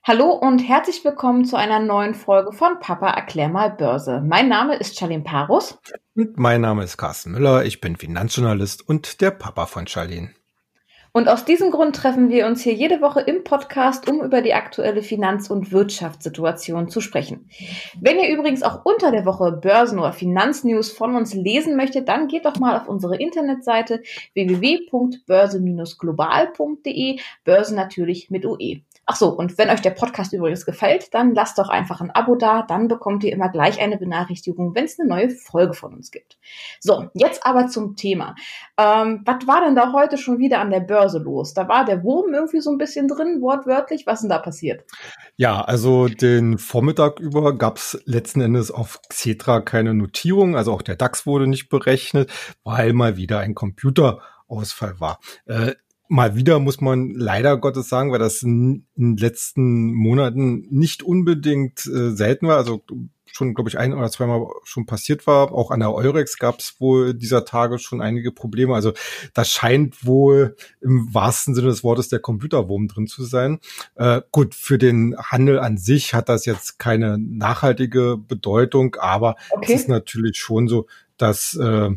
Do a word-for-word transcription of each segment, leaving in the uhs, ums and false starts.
Hallo und herzlich willkommen zu einer neuen Folge von Papa erklär mal Börse. Mein Name ist Charlene Parus. Und mein Name ist Carsten Müller, ich bin Finanzjournalist und der Papa von Charlene. Und aus diesem Grund treffen wir uns hier jede Woche im Podcast, um über die aktuelle Finanz- und Wirtschaftssituation zu sprechen. Wenn ihr übrigens auch unter der Woche Börsen- oder Finanznews von uns lesen möchtet, dann geht doch mal auf unsere Internetseite w w w punkt börse Bindestrich global punkt de, Börse natürlich mit U E. Ach so, und wenn euch der Podcast übrigens gefällt, dann lasst doch einfach ein Abo da, dann bekommt ihr immer gleich eine Benachrichtigung, wenn es eine neue Folge von uns gibt. So, jetzt aber zum Thema. Ähm, was war denn da heute schon wieder an der Börse los? Da war der Wurm irgendwie so ein bisschen drin, wortwörtlich. Was ist denn da passiert? Ja, also den Vormittag über gab es letzten Endes auf Xetra keine Notierung, also auch der DAX wurde nicht berechnet, weil mal wieder ein Computerausfall war. Äh, Mal wieder muss man leider Gottes sagen, weil das in den letzten Monaten nicht unbedingt äh, selten war, also schon, glaube ich, ein oder zweimal schon passiert war. Auch an der Eurex gab es wohl dieser Tage schon einige Probleme. Also da scheint wohl im wahrsten Sinne des Wortes der Computerwurm drin zu sein. Äh, gut, für den Handel an sich hat das jetzt keine nachhaltige Bedeutung, aber Okay. es ist natürlich schon so, dass äh,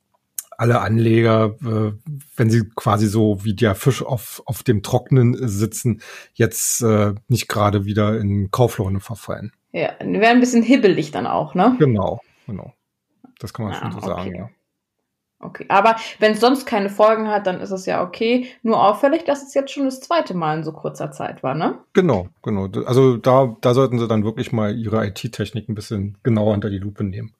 alle Anleger, äh, wenn sie quasi so wie der Fisch auf auf dem Trockenen sitzen, jetzt äh, nicht gerade wieder in Kauflaune verfallen. Ja, wäre ein bisschen hibbelig dann auch, ne? Genau, genau. Das kann man Ah, schon so okay. sagen, ja. Okay, aber wenn es sonst keine Folgen hat, dann ist es ja okay. Nur auffällig, dass es jetzt schon das zweite Mal in so kurzer Zeit war, ne? Genau, genau. Also da da sollten sie dann wirklich mal ihre I T-Technik ein bisschen genauer unter die Lupe nehmen.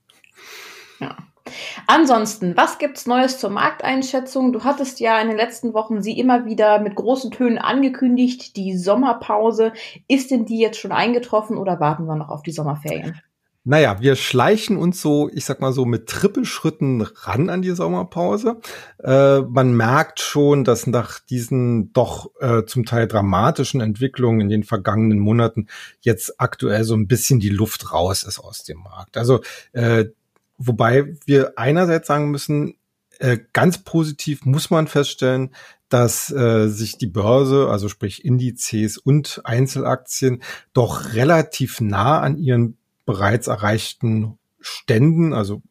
Ja. Ansonsten, was gibt's Neues zur Markteinschätzung? Du hattest ja in den letzten Wochen sie immer wieder mit großen Tönen angekündigt, die Sommerpause. Ist denn die jetzt schon eingetroffen oder warten wir noch auf die Sommerferien? Naja, wir schleichen uns so, ich sag mal so, mit Trippelschritten ran an die Sommerpause. Äh, man merkt schon, dass nach diesen doch äh, zum Teil dramatischen Entwicklungen in den vergangenen Monaten jetzt aktuell so ein bisschen die Luft raus ist aus dem Markt. Also äh, wobei wir einerseits sagen müssen, äh, ganz positiv muss man feststellen, dass äh, sich die Börse, also sprich Indizes und Einzelaktien, doch relativ nah an ihren bereits erreichten Ständen, also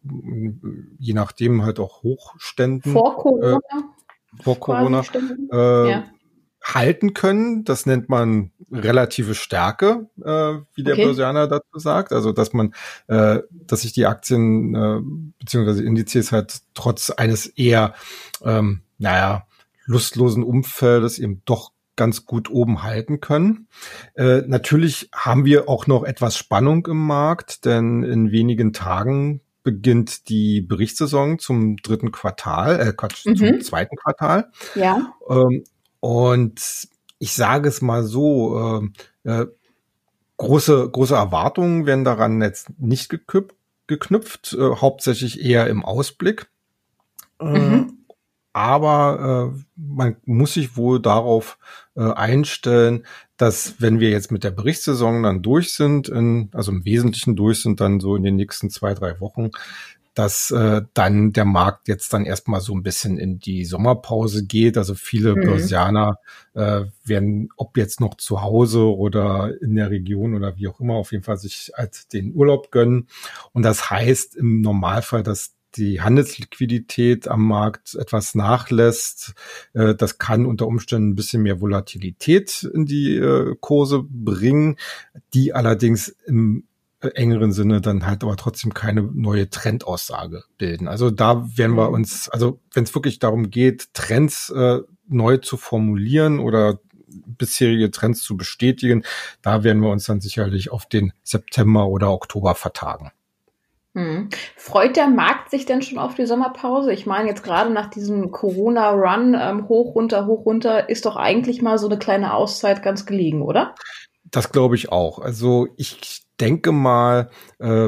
je nachdem halt auch Hochständen Vor Corona? Äh, vor Corona äh, ja. halten können. Das nennt man relative Stärke, äh, wie der Okay. Börsianer dazu sagt. Also dass man, äh, dass sich die Aktien äh, beziehungsweise Indizes halt trotz eines eher, ähm, naja, lustlosen Umfeldes eben doch ganz gut oben halten können. Äh, natürlich haben wir auch noch etwas Spannung im Markt, denn in wenigen Tagen beginnt die Berichtssaison zum dritten Quartal, äh, Quatsch, Mhm. zum zweiten Quartal. Ja. Ähm, und ich sage es mal so, äh, äh, große, große Erwartungen werden daran jetzt nicht geküpft, geknüpft, äh, hauptsächlich eher im Ausblick. Äh, Mhm. Aber äh, man muss sich wohl darauf äh, einstellen, dass wenn wir jetzt mit der Berichtssaison dann durch sind, in, also im Wesentlichen durch sind, dann so in den nächsten zwei, drei Wochen, dass äh, dann der Markt jetzt dann erstmal so ein bisschen in die Sommerpause geht. Also viele Mhm. Börsianer äh, werden, ob jetzt noch zu Hause oder in der Region oder wie auch immer, auf jeden Fall sich halt den Urlaub gönnen. Und das heißt im Normalfall, dass die Handelsliquidität am Markt etwas nachlässt. Äh, das kann unter Umständen ein bisschen mehr Volatilität in die äh, Kurse bringen, die allerdings im äh, engeren Sinne dann halt aber trotzdem keine neue Trendaussage bilden. Also da werden wir uns, also wenn es wirklich darum geht, Trends äh, neu zu formulieren oder bisherige Trends zu bestätigen, da werden wir uns dann sicherlich auf den September oder Oktober vertagen. Hm. Freut der Markt sich denn schon auf die Sommerpause? Ich meine, jetzt gerade nach diesem Corona-Run ähm, hoch, runter, hoch, runter, ist doch eigentlich mal so eine kleine Auszeit ganz gelegen, oder? Das glaube ich auch. Also ich denke mal, äh,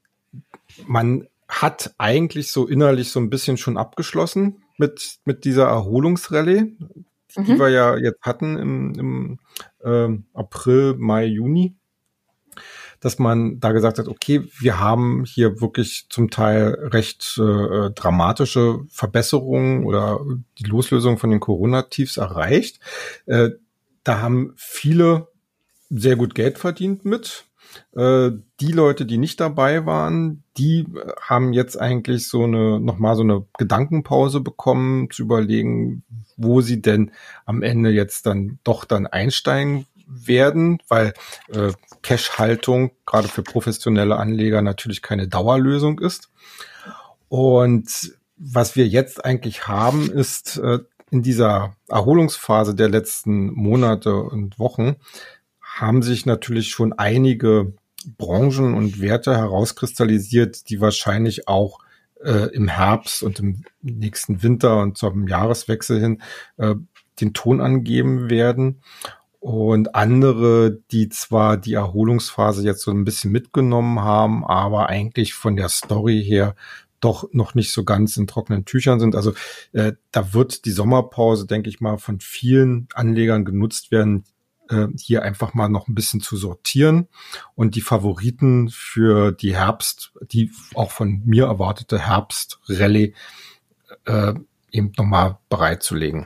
man hat eigentlich so innerlich so ein bisschen schon abgeschlossen mit mit dieser Erholungsrallye, die Mhm. wir ja jetzt hatten im, im ähm, April, Mai, Juni, dass man da gesagt hat, okay, wir haben hier wirklich zum Teil recht äh, dramatische Verbesserungen oder die Loslösung von den Corona-Tiefs erreicht. Äh, da haben viele sehr gut Geld verdient mit. Äh, die Leute, die nicht dabei waren, die haben jetzt eigentlich so eine, nochmal so eine Gedankenpause bekommen, zu überlegen, wo sie denn am Ende jetzt dann doch dann einsteigen werden, weil äh, Cash-Haltung gerade für professionelle Anleger natürlich keine Dauerlösung ist. Und was wir jetzt eigentlich haben, ist äh, in dieser Erholungsphase der letzten Monate und Wochen haben sich natürlich schon einige Branchen und Werte herauskristallisiert, die wahrscheinlich auch äh, im Herbst und im nächsten Winter und zum Jahreswechsel hin äh, den Ton angeben werden. Und andere, die zwar die Erholungsphase jetzt so ein bisschen mitgenommen haben, aber eigentlich von der Story her doch noch nicht so ganz in trockenen Tüchern sind. Also äh, da wird die Sommerpause, denke ich mal, von vielen Anlegern genutzt werden, äh, hier einfach mal noch ein bisschen zu sortieren und die Favoriten für die Herbst, die auch von mir erwartete Herbst-Rallye äh, eben nochmal bereitzulegen.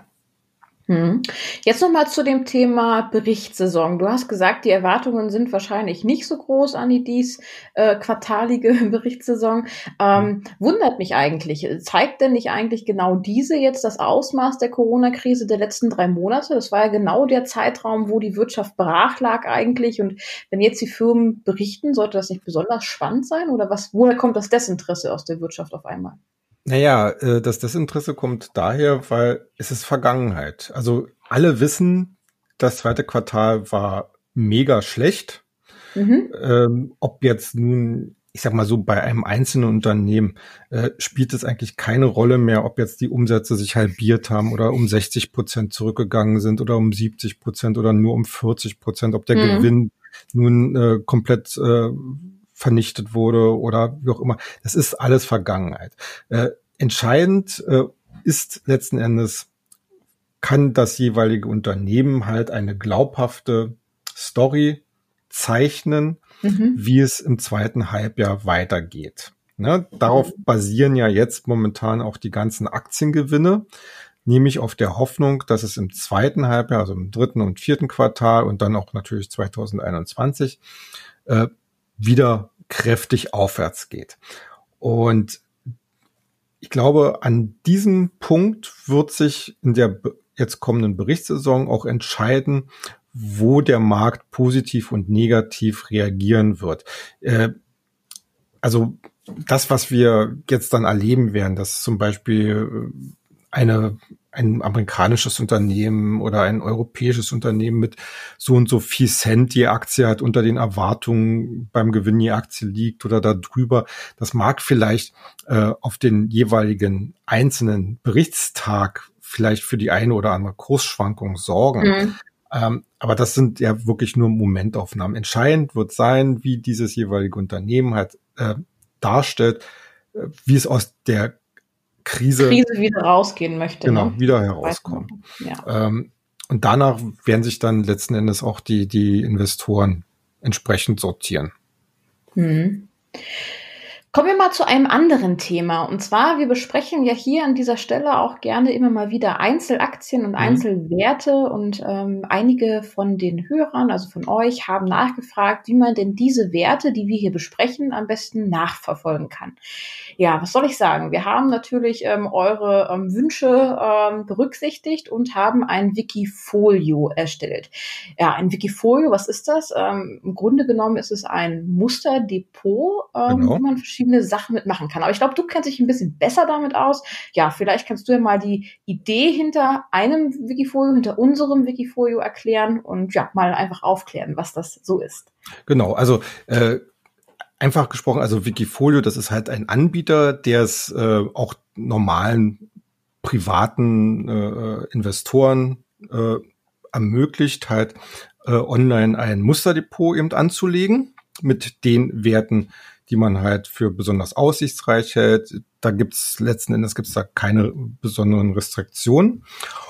Hm. Jetzt nochmal zu dem Thema Berichtssaison. Du hast gesagt, die Erwartungen sind wahrscheinlich nicht so groß an die dies äh, quartalige Berichtssaison. Ähm, wundert mich eigentlich. Zeigt denn nicht eigentlich genau diese jetzt das Ausmaß der Corona-Krise der letzten drei Monate? Das war ja genau der Zeitraum, wo die Wirtschaft brach lag eigentlich. Und wenn jetzt die Firmen berichten, sollte das nicht besonders spannend sein? Oder was? Woher kommt das Desinteresse aus der Wirtschaft auf einmal? Naja, äh, das Desinteresse kommt daher, weil es ist Vergangenheit. Also alle wissen, das zweite Quartal war mega schlecht. Mhm. Ähm, ob jetzt nun, ich sag mal so, bei einem einzelnen Unternehmen äh, spielt es eigentlich keine Rolle mehr, ob jetzt die Umsätze sich halbiert haben oder um sechzig Prozent zurückgegangen sind oder um siebzig Prozent oder nur um vierzig Prozent, ob der mhm. Gewinn nun äh, komplett äh, vernichtet wurde oder wie auch immer. Das ist alles Vergangenheit. Äh, entscheidend äh, ist letzten Endes, kann das jeweilige Unternehmen halt eine glaubhafte Story zeichnen, mhm. wie es im zweiten Halbjahr weitergeht. Ne? Darauf mhm. basieren ja jetzt momentan auch die ganzen Aktiengewinne, nämlich auf der Hoffnung, dass es im zweiten Halbjahr, also im dritten und vierten Quartal und dann auch natürlich zwanzig einundzwanzig, äh, wieder kräftig aufwärts geht. Und ich glaube, an diesem Punkt wird sich in der jetzt kommenden Berichtssaison auch entscheiden, wo der Markt positiv und negativ reagieren wird. Äh, also das, was wir jetzt dann erleben werden, dass zum Beispiel eine ein amerikanisches Unternehmen oder ein europäisches Unternehmen mit so und so viel Cent je Aktie hat unter den Erwartungen beim Gewinn je Aktie liegt oder darüber. Das mag vielleicht äh, auf den jeweiligen einzelnen Berichtstag vielleicht für die eine oder andere Kursschwankung sorgen. Mhm. Ähm, aber das sind ja wirklich nur Momentaufnahmen. Entscheidend wird sein, wie dieses jeweilige Unternehmen halt äh, darstellt, äh, wie es aus der Krise, Krise wieder rausgehen möchte. Genau, ne? wieder herauskommt. Ja. Ähm, und danach werden sich dann letzten Endes auch die, die Investoren entsprechend sortieren. Hm. Kommen wir mal zu einem anderen Thema. Und zwar, wir besprechen ja hier an dieser Stelle auch gerne immer mal wieder Einzelaktien und mhm. Einzelwerte. Und ähm, einige von den Hörern, also von euch, haben nachgefragt, wie man denn diese Werte, die wir hier besprechen, am besten nachverfolgen kann. Ja, was soll ich sagen? Wir haben natürlich ähm, eure ähm, Wünsche ähm, berücksichtigt und haben ein Wikifolio erstellt. Ja, ein Wikifolio, was ist das? Ähm, im Grunde genommen ist es ein Musterdepot, ähm, genau. wo man verschiedene Sachen mitmachen kann. Aber ich glaube, du kennst dich ein bisschen besser damit aus. Ja, vielleicht kannst du ja mal die Idee hinter einem Wikifolio, hinter unserem Wikifolio erklären und ja, mal einfach aufklären, was das so ist. Genau, also äh, einfach gesprochen, also Wikifolio, das ist halt ein Anbieter, der es äh, auch normalen privaten äh, Investoren äh, ermöglicht, halt äh, online ein Musterdepot eben anzulegen mit den Werten, die man halt für besonders aussichtsreich hält. Da gibt's letzten Endes gibt's da keine besonderen Restriktionen.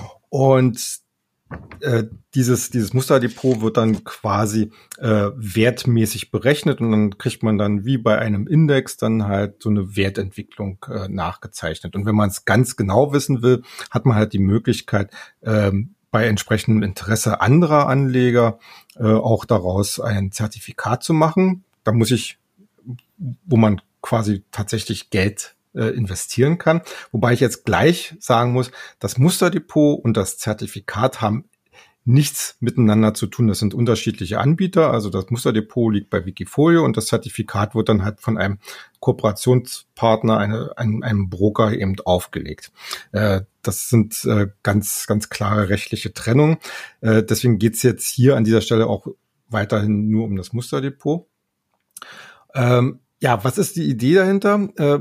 Und äh, dieses dieses Musterdepot wird dann quasi äh, wertmäßig berechnet und dann kriegt man dann wie bei einem Index dann halt so eine Wertentwicklung äh, nachgezeichnet. Und wenn man es ganz genau wissen will, hat man halt die Möglichkeit, ähm, bei entsprechendem Interesse anderer Anleger äh, auch daraus ein Zertifikat zu machen. Da muss ich, wo man quasi tatsächlich Geld äh, investieren kann. Wobei ich jetzt gleich sagen muss, das Musterdepot und das Zertifikat haben nichts miteinander zu tun. Das sind unterschiedliche Anbieter. Also das Musterdepot liegt bei Wikifolio und das Zertifikat wird dann halt von einem Kooperationspartner, eine, einem, einem Broker eben aufgelegt. Äh, das sind äh, ganz, ganz klare rechtliche Trennungen. Äh, deswegen geht's jetzt hier an dieser Stelle auch weiterhin nur um das Musterdepot. Ähm, ja, was ist die Idee dahinter? Äh,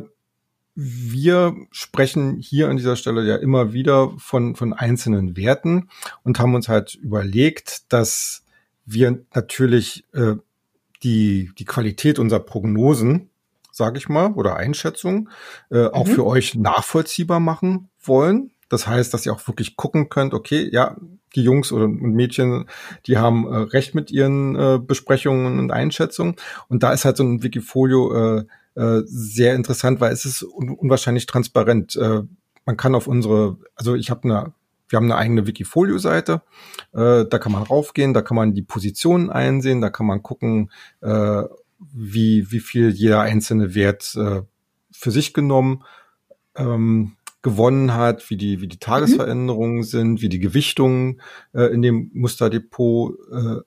Wir sprechen hier an dieser Stelle ja immer wieder von, von einzelnen Werten und haben uns halt überlegt, dass wir natürlich äh, die, die Qualität unserer Prognosen, sage ich mal, oder Einschätzungen, äh, auch Mhm. für euch nachvollziehbar machen wollen. Das heißt, dass ihr auch wirklich gucken könnt, okay, ja, die Jungs oder und Mädchen, die haben äh, recht mit ihren äh, Besprechungen und Einschätzungen. Und da ist halt so ein Wikifolio äh, äh, sehr interessant, weil es ist un- unwahrscheinlich transparent. Äh, man kann auf unsere, also ich habe eine, wir haben eine eigene Wikifolio-Seite, äh, da kann man raufgehen, da kann man die Positionen einsehen, da kann man gucken, äh, wie wie viel jeder einzelne Wert äh, für sich genommen ähm, gewonnen hat, wie die wie die Mhm. Tagesveränderungen sind, wie die Gewichtungen äh, in dem Musterdepot äh,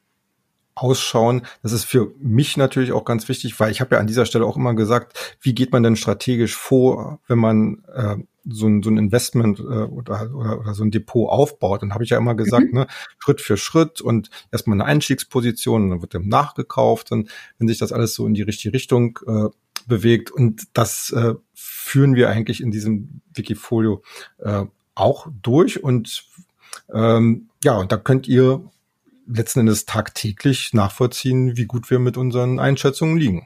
ausschauen. Das ist für mich natürlich auch ganz wichtig, weil ich habe ja an dieser Stelle auch immer gesagt, wie geht man denn strategisch vor, wenn man äh, so ein, so ein Investment äh, oder, oder, oder so ein Depot aufbaut. Dann habe ich ja immer gesagt, Mhm. ne, Schritt für Schritt und erstmal eine Einstiegsposition und dann wird dem nachgekauft, und wenn sich das alles so in die richtige Richtung äh, bewegt. Und das äh, führen wir eigentlich in diesem Wikifolio äh, auch durch. Und ähm, ja, und da könnt ihr letzten Endes tagtäglich nachvollziehen, wie gut wir mit unseren Einschätzungen liegen.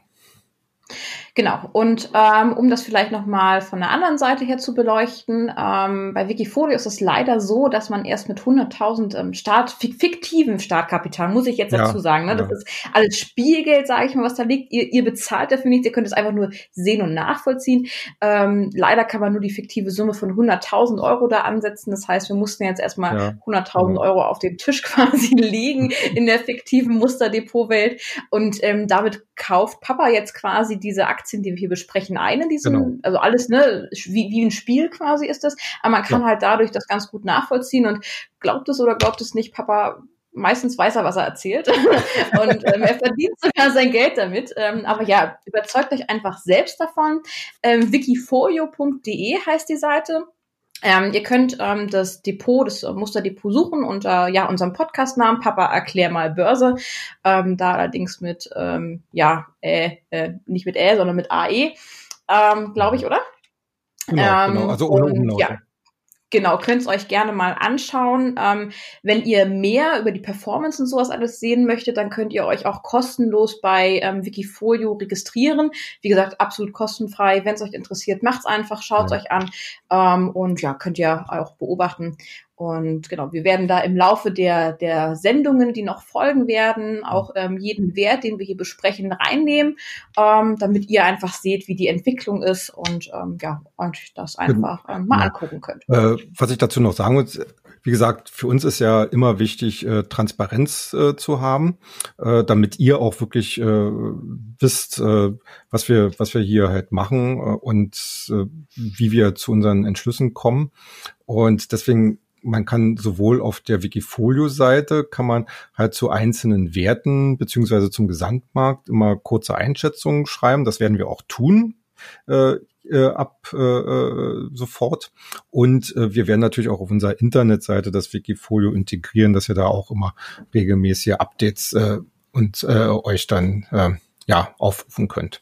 Genau. Und ähm, um das vielleicht nochmal von der anderen Seite her zu beleuchten, ähm, bei Wikifolio ist es leider so, dass man erst mit hunderttausend ähm, Start, fiktiven Startkapital, muss ich jetzt dazu Ja, sagen, ne? Das ja, ist alles Spielgeld, sage ich mal, was da liegt. Ihr, ihr bezahlt dafür nichts, ihr könnt es einfach nur sehen und nachvollziehen. Ähm, leider kann man nur die fiktive Summe von hunderttausend Euro da ansetzen. Das heißt, wir mussten jetzt erstmal ja, hunderttausend genau. Euro auf dem Tisch quasi legen in der fiktiven Musterdepot-Welt. Und ähm, damit kauft Papa jetzt quasi diese Aktien, die wir hier besprechen, ein in Genau. diesem, also alles, ne, wie, wie ein Spiel quasi ist das. Aber man kann Ja. halt dadurch das ganz gut nachvollziehen und glaubt es oder glaubt es nicht, Papa, meistens weiß er, was er erzählt und ähm, er verdient sogar sein Geld damit. Ähm, aber ja, überzeugt euch einfach selbst davon. Ähm, wikifolio punkt de heißt die Seite. Ähm, ihr könnt ähm, das Depot, das äh, Musterdepot suchen unter ja unserem Podcastnamen Papa erklär mal Börse. Ähm, da allerdings mit ähm, ja äh, äh, nicht mit Ä, sondern mit A E, ähm, glaube ich, oder? Genau, genau. Ähm, Also ohne und ja, Umlaute. genau, könnt es euch gerne mal anschauen. Ähm, wenn ihr mehr über die Performance und sowas alles sehen möchtet, dann könnt ihr euch auch kostenlos bei ähm, Wikifolio registrieren. Wie gesagt, absolut kostenfrei. Wenn es euch interessiert, macht's einfach, schaut's Ja. euch an ähm, und ja, könnt ihr auch beobachten. Und genau, wir werden da im Laufe der der Sendungen, die noch folgen werden, auch ähm, jeden Wert, den wir hier besprechen, reinnehmen, ähm, damit ihr einfach seht, wie die Entwicklung ist und ähm, ja, euch das einfach ähm, mal Genau. angucken könnt. Äh, was ich dazu noch sagen muss, wie gesagt, für uns ist ja immer wichtig, äh, Transparenz äh, zu haben, äh, damit ihr auch wirklich äh, wisst, äh, was wir, was wir hier halt machen äh, und äh, wie wir zu unseren Entschlüssen kommen. Und deswegen, man kann sowohl auf der Wikifolio-Seite kann man halt zu einzelnen Werten beziehungsweise zum Gesamtmarkt immer kurze Einschätzungen schreiben. Das werden wir auch tun. Äh, äh, ab äh, äh, sofort. Und äh, wir werden natürlich auch auf unserer Internetseite das Wikifolio integrieren, dass ihr da auch immer regelmäßige Updates äh, und äh, euch dann äh, ja aufrufen könnt.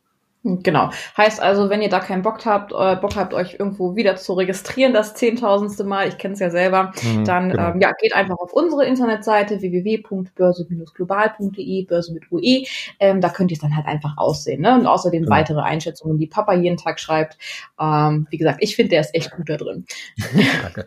Genau. Heißt also, wenn ihr da keinen Bock habt, äh, Bock habt, euch irgendwo wieder zu registrieren, das zehntausendste Mal, ich kenne es ja selber, Mhm, dann genau. ähm, ja, geht einfach auf unsere Internetseite w w w punkt börse global punkt de, Börse mit U E. Ähm, da könnt ihr es dann halt einfach aussehen. Ne? Und außerdem Genau. weitere Einschätzungen, die Papa jeden Tag schreibt. Ähm, wie gesagt, ich finde, der ist echt gut da drin. Danke.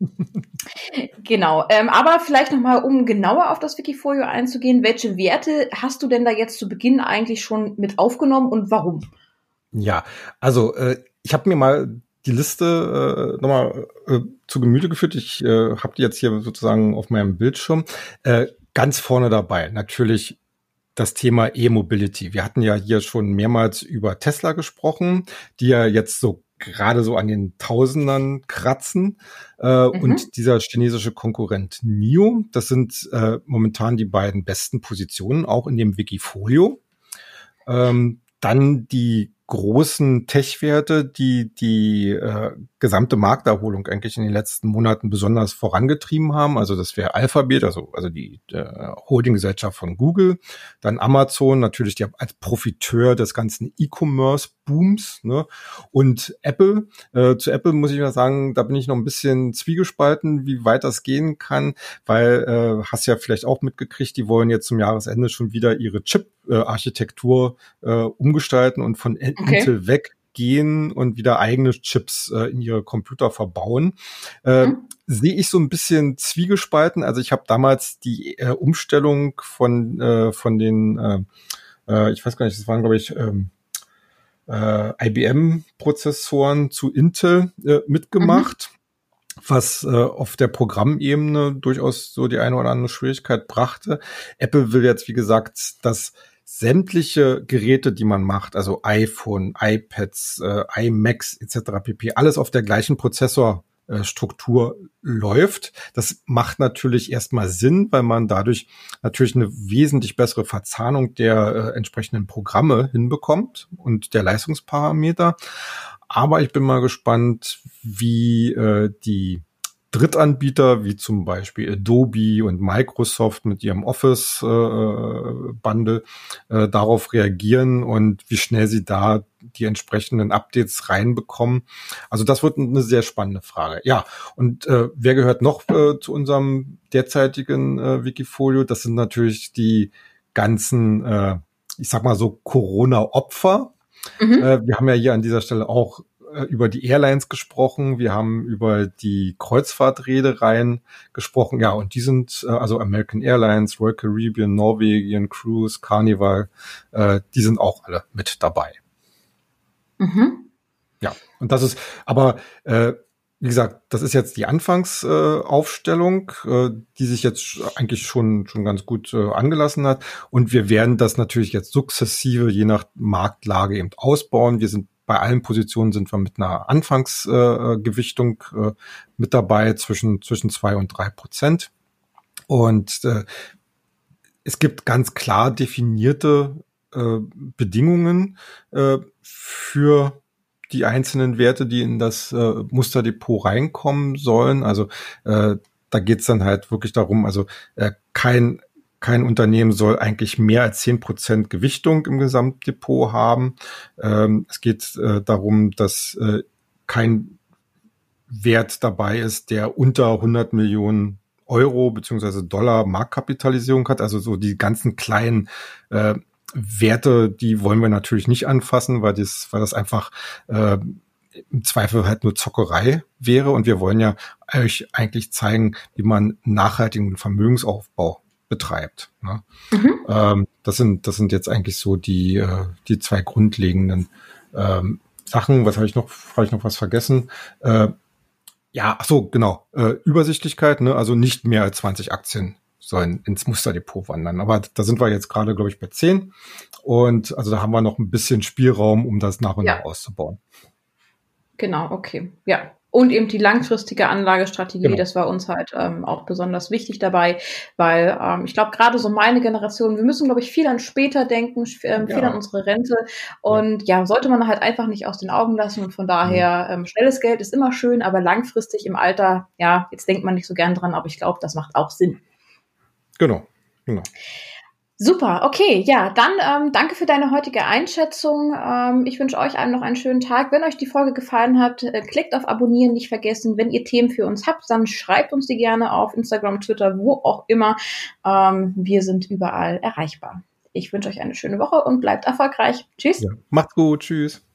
Genau, ähm, aber vielleicht nochmal, um genauer auf das Wikifolio einzugehen, welche Werte hast du denn da jetzt zu Beginn eigentlich schon mit aufgenommen und warum? Ja, also äh, ich habe mir mal die Liste äh, nochmal äh, zu Gemüte geführt. Ich äh, habe die jetzt hier sozusagen auf meinem Bildschirm. Äh, ganz vorne dabei natürlich das Thema E-Mobility. Wir hatten ja hier schon mehrmals über Tesla gesprochen, die ja jetzt so gerade so an den Tausendern kratzen. Äh, mhm. Und dieser chinesische Konkurrent N I O, das sind äh, momentan die beiden besten Positionen, auch in dem Wikifolio. Ähm, dann die großen Tech-Werte, die die äh, gesamte Markterholung eigentlich in den letzten Monaten besonders vorangetrieben haben. Also das wäre Alphabet, also also die äh, Holdinggesellschaft von Google, dann Amazon, natürlich die als Profiteur des ganzen E-Commerce-Booms, ne? Und Apple. Äh, zu Apple muss ich mal sagen, da bin ich noch ein bisschen zwiegespalten, wie weit das gehen kann, weil äh, hast ja vielleicht auch mitgekriegt, die wollen jetzt zum Jahresende schon wieder ihre Chip-Architektur äh, umgestalten und von okay. Intel weggehen und wieder eigene Chips äh, in ihre Computer verbauen. Äh, mhm. Sehe ich so ein bisschen zwiegespalten. Also ich habe damals die äh, Umstellung von äh, von den, äh, äh, ich weiß gar nicht, das waren glaube ich ähm, äh, I B M-Prozessoren zu Intel äh, mitgemacht. Mhm. Was äh, auf der Programmebene durchaus so die eine oder andere Schwierigkeit brachte. Apple will jetzt, wie gesagt, dass sämtliche Geräte, die man macht, also iPhone, iPads, äh, iMacs et cetera pp., alles auf der gleichen Prozessorstruktur äh, läuft. Das macht natürlich erstmal Sinn, weil man dadurch natürlich eine wesentlich bessere Verzahnung der äh, entsprechenden Programme hinbekommt und der Leistungsparameter. Aber ich bin mal gespannt, wie äh, die Drittanbieter, wie zum Beispiel Adobe und Microsoft mit ihrem Office-Bundle äh, äh, darauf reagieren und wie schnell sie da die entsprechenden Updates reinbekommen. Also das wird eine sehr spannende Frage. Ja, und äh, wer gehört noch äh, zu unserem derzeitigen äh, Wikifolio? Das sind natürlich die ganzen, äh, ich sag mal so, Corona-Opfer. Mhm. Äh, wir haben ja hier an dieser Stelle auch äh, über die Airlines gesprochen. Wir haben über die Kreuzfahrtreedereien gesprochen. Ja, und die sind, äh, also American Airlines, Royal Caribbean, Norwegian Cruise, Carnival, äh, die sind auch alle mit dabei. Mhm. Ja, und das ist, aber äh, wie gesagt, das ist jetzt die Anfangsaufstellung, äh, äh, die sich jetzt eigentlich schon schon ganz gut äh, angelassen hat. Und wir werden das natürlich jetzt sukzessive, je nach Marktlage eben ausbauen. Wir sind bei allen Positionen sind wir mit einer Anfangsgewichtung äh, äh, mit dabei zwischen zwischen zwei und drei Prozent. Und äh, es gibt ganz klar definierte äh, Bedingungen äh, für die einzelnen Werte, die in das äh, Musterdepot reinkommen sollen. Also äh, da geht's dann halt wirklich darum, also äh, kein kein Unternehmen soll eigentlich mehr als zehn Prozent Gewichtung im Gesamtdepot haben. Ähm, es geht äh, darum, dass äh, kein Wert dabei ist, der unter hundert Millionen Euro beziehungsweise Dollar Marktkapitalisierung hat. Also so die ganzen kleinen äh, Werte, die wollen wir natürlich nicht anfassen, weil das, weil das einfach äh, im Zweifel halt nur Zockerei wäre. Und wir wollen ja euch eigentlich zeigen, wie man nachhaltigen Vermögensaufbau betreibt. Ne? Mhm. Ähm, das sind, das sind jetzt eigentlich so die, äh, die zwei grundlegenden ähm, Sachen. Was habe ich noch? Habe ich noch was vergessen? Äh, ja, ach so, genau. Äh, Übersichtlichkeit, ne? Also nicht mehr als zwanzig Aktien sollen ins Musterdepot wandern. Aber da sind wir jetzt gerade, glaube ich, bei zehn. Und also da haben wir noch ein bisschen Spielraum, um das nach und nach ja. auszubauen. Genau, okay. Ja. Und eben die langfristige Anlagestrategie, genau. Das war uns halt ähm, auch besonders wichtig dabei, weil ähm, ich glaube, gerade so meine Generation, wir müssen, glaube ich, viel an später denken, ähm, viel ja. an unsere Rente. Und ja. ja, sollte man halt einfach nicht aus den Augen lassen. Und von daher, ähm, schnelles Geld ist immer schön, aber langfristig im Alter, ja, jetzt denkt man nicht so gern dran, aber ich glaube, das macht auch Sinn. Genau, genau. Super, okay, ja, dann ähm, danke für deine heutige Einschätzung. Ähm, ich wünsche euch allen noch einen schönen Tag. Wenn euch die Folge gefallen hat, äh, klickt auf Abonnieren, nicht vergessen. Wenn ihr Themen für uns habt, dann schreibt uns die gerne auf Instagram, Twitter, wo auch immer. Ähm, wir sind überall erreichbar. Ich wünsche euch eine schöne Woche und bleibt erfolgreich. Tschüss. Ja, macht's gut, tschüss.